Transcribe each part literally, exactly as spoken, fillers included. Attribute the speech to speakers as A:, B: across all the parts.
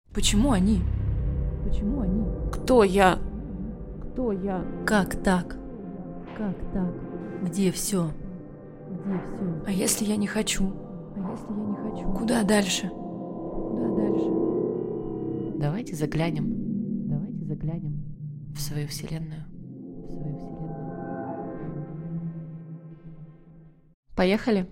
A: Почему они? Почему они? Кто я? Кто я?
B: Как так? Как так? Где все?
A: Где все? А если я не хочу? А если я не хочу? Куда дальше? Куда дальше?
B: Давайте заглянем. Давайте заглянем в свою вселенную. В свою вселенную. Поехали.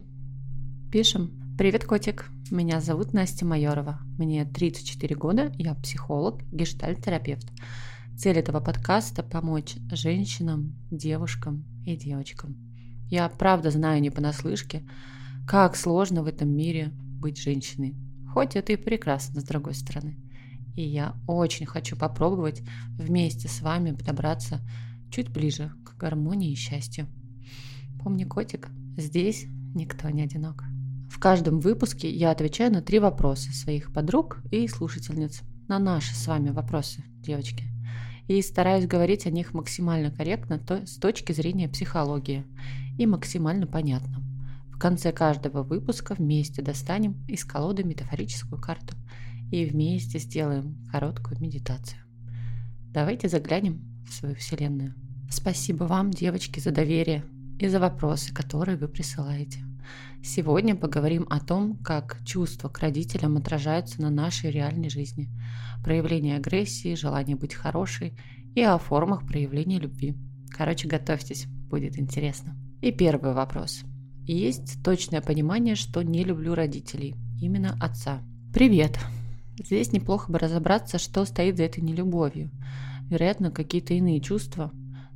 B: Пишем. Привет, котик. Меня зовут Настя Майорова. Мне тридцать четыре года, я психолог, гештальт-терапевт. Цель этого подкаста – помочь женщинам, девушкам и девочкам. Я правда знаю не понаслышке, как сложно в этом мире быть женщиной. Хоть это и прекрасно, с другой стороны. И я очень хочу попробовать вместе с вами подобраться чуть ближе к гармонии и счастью. Помни, котик, здесь никто не одинок. В каждом выпуске я отвечаю на три вопроса своих подруг и слушательниц. На наши с вами вопросы, девочки. И стараюсь говорить о них максимально корректно то, с точки зрения психологии и максимально понятно. В конце каждого выпуска вместе достанем из колоды метафорическую карту и вместе сделаем короткую медитацию. Давайте заглянем в свою вселенную. Спасибо вам, девочки, за доверие и за вопросы, которые вы присылаете. Сегодня поговорим о том, как чувства к родителям отражаются на нашей реальной жизни, проявление агрессии, желание быть хорошей и о формах проявления любви. Короче, готовьтесь, будет интересно. И первый вопрос. Есть точное понимание, что не люблю родителей, именно отца. Привет! Здесь неплохо бы разобраться, что стоит за этой нелюбовью. Вероятно, какие-то иные чувства,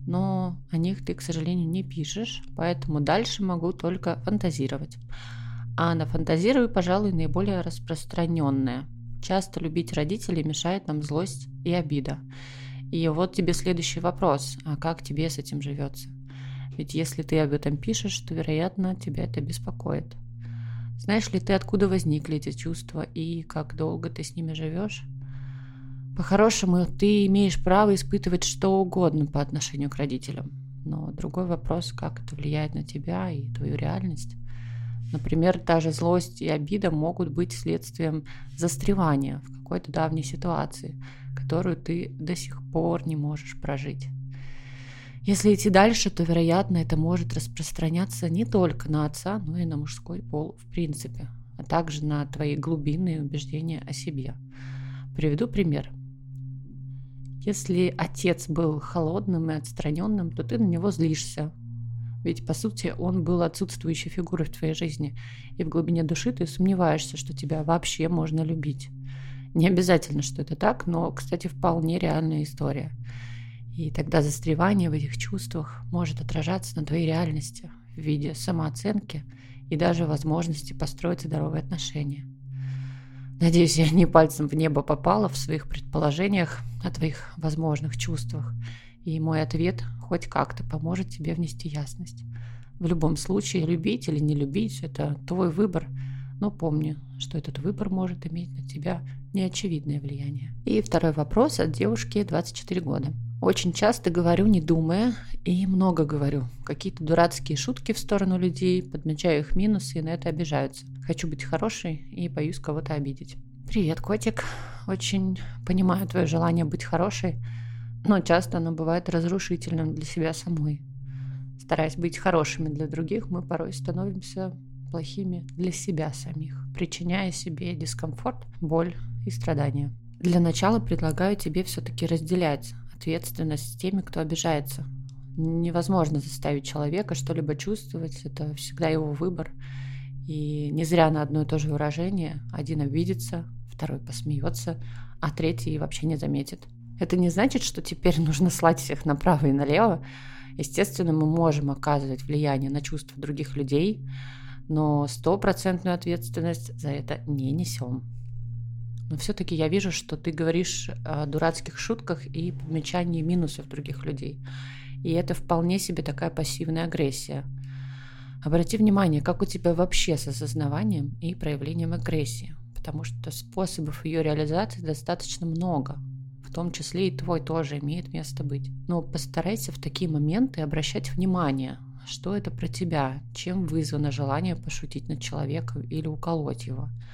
B: но о них ты, к сожалению, не пишешь, поэтому дальше могу только фантазировать. А нафантазирую, пожалуй, наиболее распространенное. Часто любить родителей мешает нам злость и обида. И вот тебе следующий вопрос, а как тебе с этим живется? Ведь если ты об этом пишешь, то, вероятно, тебя это беспокоит. Знаешь ли ты, откуда возникли эти чувства и как долго ты с ними живешь? По-хорошему, ты имеешь право испытывать что угодно по отношению к родителям. Но другой вопрос, как это влияет на тебя и твою реальность. Например, та же злость и обида могут быть следствием застревания в какой-то давней ситуации, которую ты до сих пор не можешь прожить. Если идти дальше, то, вероятно, это может распространяться не только на отца, но и на мужской пол в принципе, а также на твои глубинные убеждения о себе. Приведу пример. Если отец был холодным и отстраненным, то ты на него злишься. Ведь, по сути, он был отсутствующей фигурой в твоей жизни, и в глубине души ты сомневаешься, что тебя вообще можно любить. Не обязательно, что это так, но, кстати, вполне реальная история. И тогда застревание в этих чувствах может отражаться на твоей реальности в виде самооценки и даже возможности построить здоровые отношения. Надеюсь, я не пальцем в небо попала в своих предположениях о твоих возможных чувствах, и мой ответ хоть как-то поможет тебе внести ясность. В любом случае, любить или не любить – это твой выбор, но помни, что этот выбор может иметь на тебя неочевидное влияние. И второй вопрос от девушки двадцать четыре года. Очень часто говорю, не думая, и много говорю. Какие-то дурацкие шутки в сторону людей, подмечаю их минусы и на это обижаются. Хочу быть хорошей и боюсь кого-то обидеть. Привет, котик. Очень понимаю твое желание быть хорошей, но часто оно бывает разрушительным для себя самой. Стараясь быть хорошими для других, мы порой становимся плохими для себя самих, причиняя себе дискомфорт, боль и страдания. Для начала предлагаю тебе все-таки разделять ответственность с теми, кто обижается. Невозможно заставить человека что-либо чувствовать, это всегда его выбор. И не зря на одно и то же выражение один обидится, второй посмеется, а третий вообще не заметит. Это не значит, что теперь нужно слать всех направо и налево. Естественно, мы можем оказывать влияние на чувства других людей, но стопроцентную ответственность за это не несем. Но все-таки я вижу, что ты говоришь о дурацких шутках и подмечании минусов других людей. И это вполне себе такая пассивная агрессия. Обрати внимание, как у тебя вообще с осознаванием и проявлением агрессии, потому что способов ее реализации достаточно много. В том числе и твой тоже имеет место быть. Но постарайся в такие моменты обращать внимание, что это про тебя, чем вызвано желание пошутить над человеком или уколоть его.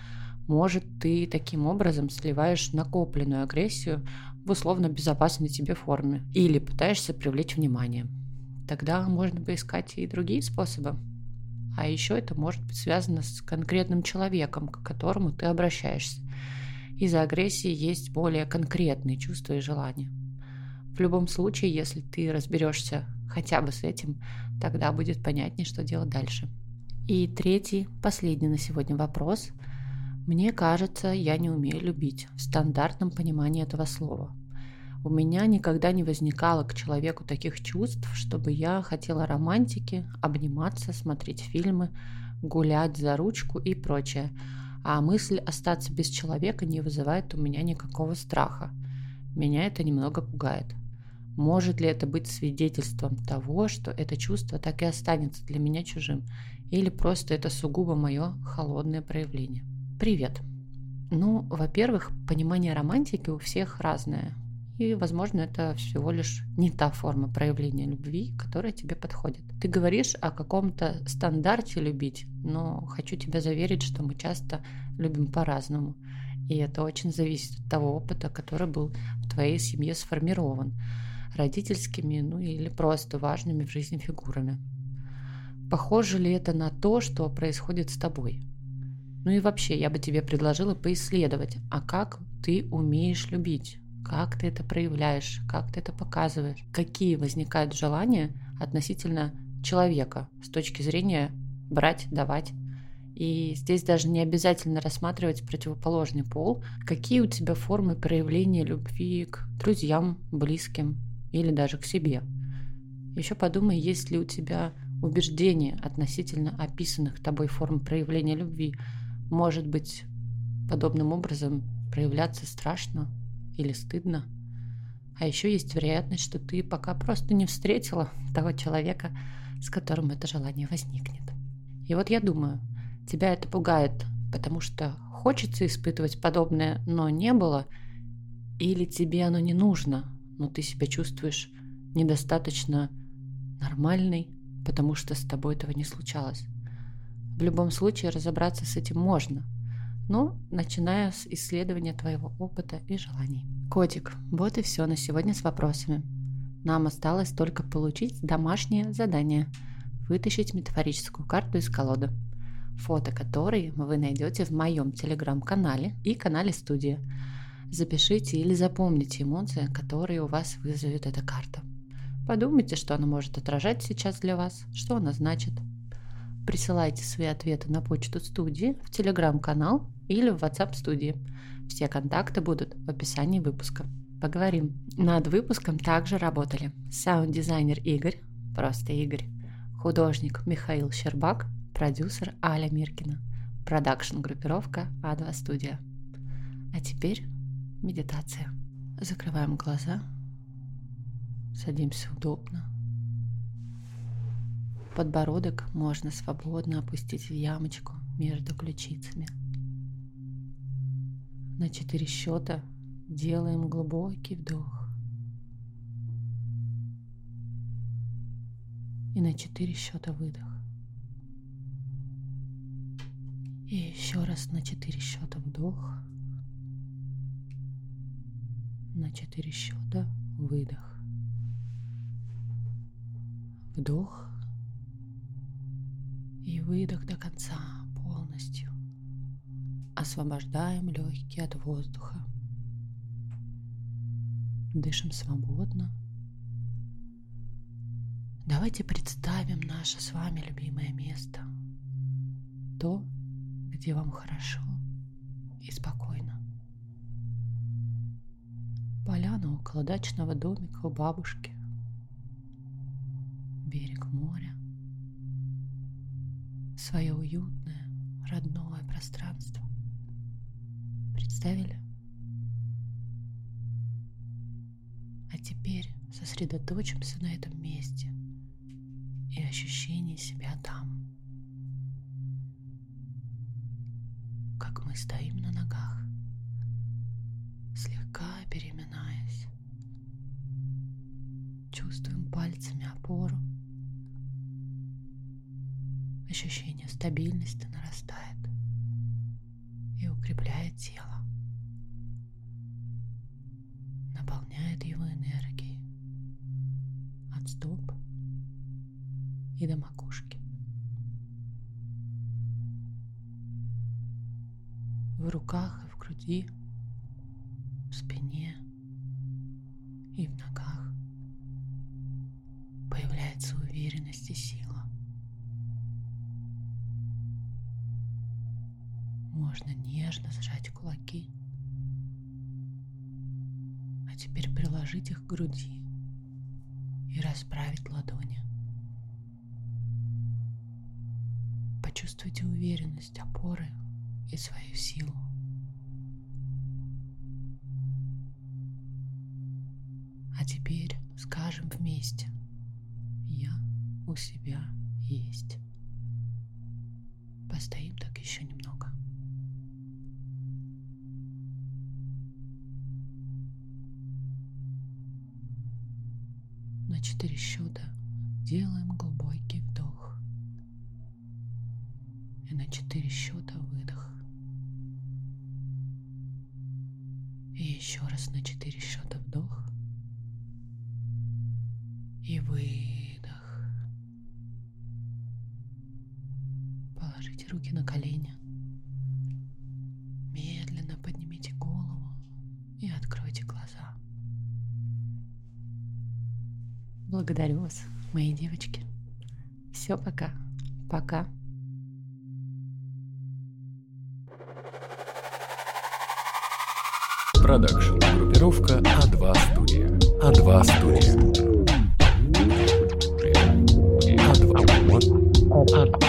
B: Может, ты таким образом сливаешь накопленную агрессию в условно безопасной тебе форме или пытаешься привлечь внимание. Тогда можно поискать и другие способы. А еще это может быть связано с конкретным человеком, к которому ты обращаешься. Из-за агрессии есть более конкретные чувства и желания. В любом случае, если ты разберешься хотя бы с этим, тогда будет понятнее, что делать дальше. И третий, последний на сегодня вопрос. Мне кажется, я не умею любить в стандартном понимании этого слова. У меня никогда не возникало к человеку таких чувств, чтобы я хотела романтики, обниматься, смотреть фильмы, гулять за ручку и прочее. А мысль остаться без человека не вызывает у меня никакого страха. Меня это немного пугает. Может ли это быть свидетельством того, что это чувство так и останется для меня чужим? Или просто это сугубо мое холодное проявление? Привет. Ну, во-первых, понимание романтики у всех разное. И, возможно, это всего лишь не та форма проявления любви, которая тебе подходит. Ты говоришь о каком-то стандарте любить, но хочу тебя заверить, что мы часто любим по-разному. И это очень зависит от того опыта, который был в твоей семье сформирован родительскими, ну или просто важными в жизни фигурами. Похоже ли это на то, что происходит с тобой? Ну и вообще, я бы тебе предложила поисследовать, а как ты умеешь любить, как ты это проявляешь, как ты это показываешь, какие возникают желания относительно человека с точки зрения брать, давать. И здесь даже не обязательно рассматривать противоположный пол, какие у тебя формы проявления любви к друзьям, близким или даже к себе. Еще подумай, есть ли у тебя убеждения относительно описанных тобой форм проявления любви. Может быть, подобным образом проявляться страшно или стыдно. А еще есть вероятность, что ты пока просто не встретила того человека, с которым это желание возникнет. И вот я думаю, тебя это пугает, потому что хочется испытывать подобное, но не было, или тебе оно не нужно, но ты себя чувствуешь недостаточно нормальной, потому что с тобой этого не случалось. В любом случае разобраться с этим можно, но начиная с исследования твоего опыта и желаний. Котик, вот и все на сегодня с вопросами. Нам осталось только получить домашнее задание – вытащить метафорическую карту из колоды, фото которой вы найдете в моем телеграм-канале и канале студии. Запишите или запомните эмоции, которые у вас вызовет эта карта. Подумайте, что она может отражать сейчас для вас, что она значит. Присылайте свои ответы на почту студии, в телеграм-канал или в WhatsApp студии. Все контакты будут в описании выпуска. Поговорим. Над выпуском также работали саунд-дизайнер Игорь, просто Игорь, художник Михаил Щербак, продюсер Аля Миркина, продакшн-группировка а два студия. А теперь медитация. Закрываем глаза, садимся удобно. Подбородок можно свободно опустить в ямочку между ключицами. На четыре счета делаем глубокий вдох. И на четыре счета выдох. И еще раз на четыре счета вдох. На четыре счета выдох. Вдох. И выдох до конца полностью. Освобождаем легкие от воздуха. Дышим свободно. Давайте представим наше с вами любимое место. То, где вам хорошо и спокойно. Поляна около дачного домика у бабушки. Берег моря. Свое уютное, родное пространство. Представили? А теперь сосредоточимся на этом месте и ощущении себя там. Как мы стоим на ногах, слегка переминаясь. Чувствуем пальцами опору. Ощущение стабильности нарастает и укрепляется. укрепляет тело, наполняет его энергией от стоп и до макушки. В руках и в груди, в спине и в ногах появляется уверенность и сила. Можно нежно сжать кулаки, а теперь приложить их к груди и расправить ладони. Почувствуйте уверенность, опоры и свою силу. А теперь скажем вместе: я у себя есть. Постоим так еще немного. На четыре счета делаем глубокий вдох. И на четыре счета выдох. И еще раз на четыре счета вдох. И выдох. Положите руки на колени. Медленно поднимите голову и откройте глаза. Благодарю вас, мои девочки. Все, пока. Пока.
C: Продакшн. Группировка А два студия. А два студия. А два. А два.